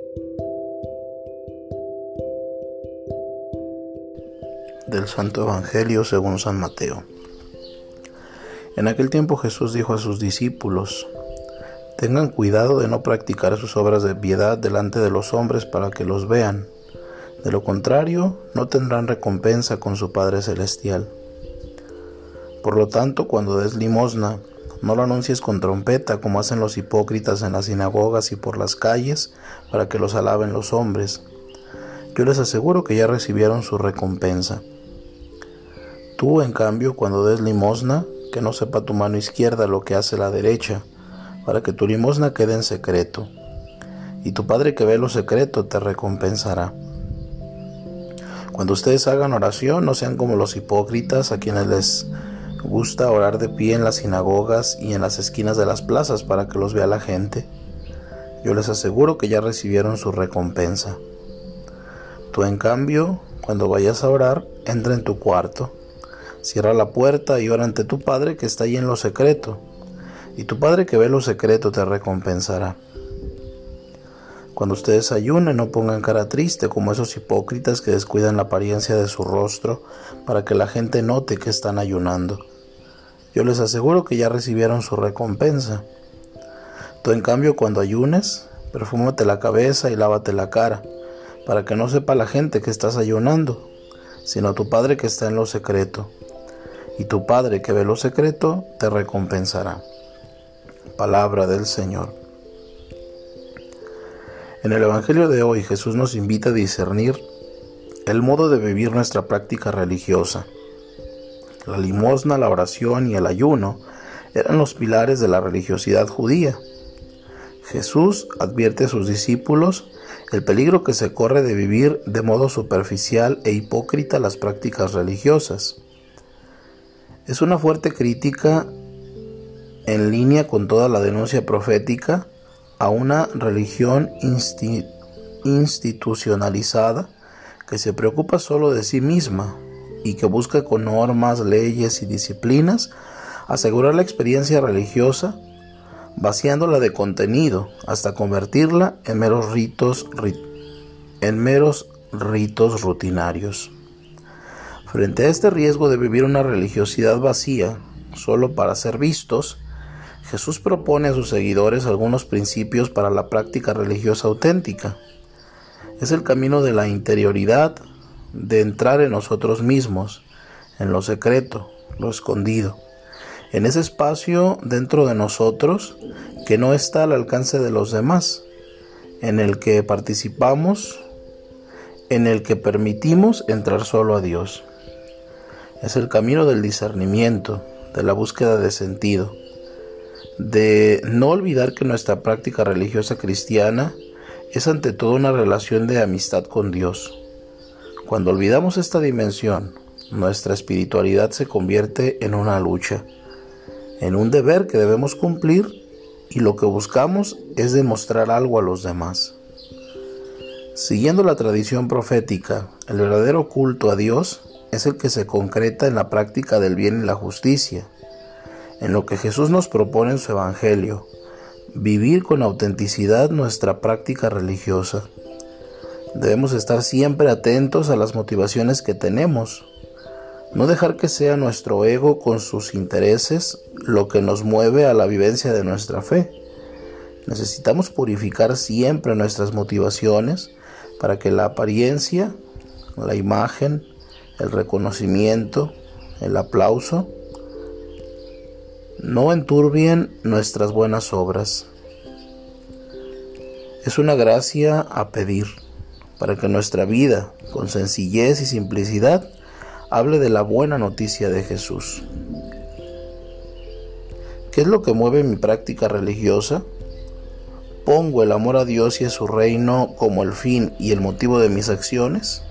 Del Santo Evangelio según San Mateo. En aquel tiempo Jesús dijo a sus discípulos: tengan cuidado de no practicar sus obras de piedad delante de los hombres para que los vean. De lo contrario, no tendrán recompensa con su Padre Celestial. Por lo tanto, cuando des limosna, no lo anuncies con trompeta como hacen los hipócritas en las sinagogas y por las calles para que los alaben los hombres. Yo les aseguro que ya recibieron su recompensa. Tú, en cambio, cuando des limosna, que no sepa tu mano izquierda lo que hace la derecha, para que tu limosna quede en secreto, y tu Padre que ve lo secreto te recompensará. Cuando ustedes hagan oración, no sean como los hipócritas, a quienes les gusta orar de pie en las sinagogas y en las esquinas de las plazas para que los vea la gente. Yo les aseguro que ya recibieron su recompensa. Tú, en cambio, cuando vayas a orar, entra en tu cuarto, cierra la puerta y ora ante tu Padre que está ahí en lo secreto, y tu Padre que ve lo secreto te recompensará. Cuando ustedes ayunen, no pongan cara triste como esos hipócritas que descuidan la apariencia de su rostro para que la gente note que están ayunando. Yo les aseguro que ya recibieron su recompensa. Tú, en cambio, cuando ayunes, perfúmate la cabeza y lávate la cara, para que no sepa la gente que estás ayunando, sino tu Padre que está en lo secreto. Y tu Padre que ve lo secreto te recompensará. Palabra del Señor. En el Evangelio de hoy, Jesús nos invita a discernir el modo de vivir nuestra práctica religiosa. La limosna, la oración y el ayuno eran los pilares de la religiosidad judía. Jesús advierte a sus discípulos el peligro que se corre de vivir de modo superficial e hipócrita las prácticas religiosas. Es una fuerte crítica en línea con toda la denuncia profética a una religión institucionalizada que se preocupa solo de sí misma y que busca con normas, leyes y disciplinas asegurar la experiencia religiosa, vaciándola de contenido hasta convertirla en meros ritos rutinarios. Frente a este riesgo de vivir una religiosidad vacía, solo para ser vistos, Jesús propone a sus seguidores algunos principios para la práctica religiosa auténtica. Es el camino de la interioridad, de entrar en nosotros mismos, en lo secreto, lo escondido, en ese espacio dentro de nosotros que no está al alcance de los demás, en el que participamos, en el que permitimos entrar solo a Dios. Es el camino del discernimiento, de la búsqueda de sentido, de no olvidar que nuestra práctica religiosa cristiana es ante todo una relación de amistad con Dios. Cuando olvidamos esta dimensión, nuestra espiritualidad se convierte en una lucha, en un deber que debemos cumplir, y lo que buscamos es demostrar algo a los demás. Siguiendo la tradición profética, el verdadero culto a Dios es el que se concreta en la práctica del bien y la justicia, en lo que Jesús nos propone en su Evangelio, vivir con autenticidad nuestra práctica religiosa. Debemos estar siempre atentos a las motivaciones que tenemos, no dejar que sea nuestro ego con sus intereses lo que nos mueve a la vivencia de nuestra fe. Necesitamos purificar siempre nuestras motivaciones para que la apariencia, la imagen, el reconocimiento, el aplauso no enturbien nuestras buenas obras. Es una gracia a pedir para que nuestra vida, con sencillez y simplicidad, hable de la buena noticia de Jesús. ¿Qué es lo que mueve mi práctica religiosa? ¿Pongo el amor a Dios y a su reino como el fin y el motivo de mis acciones?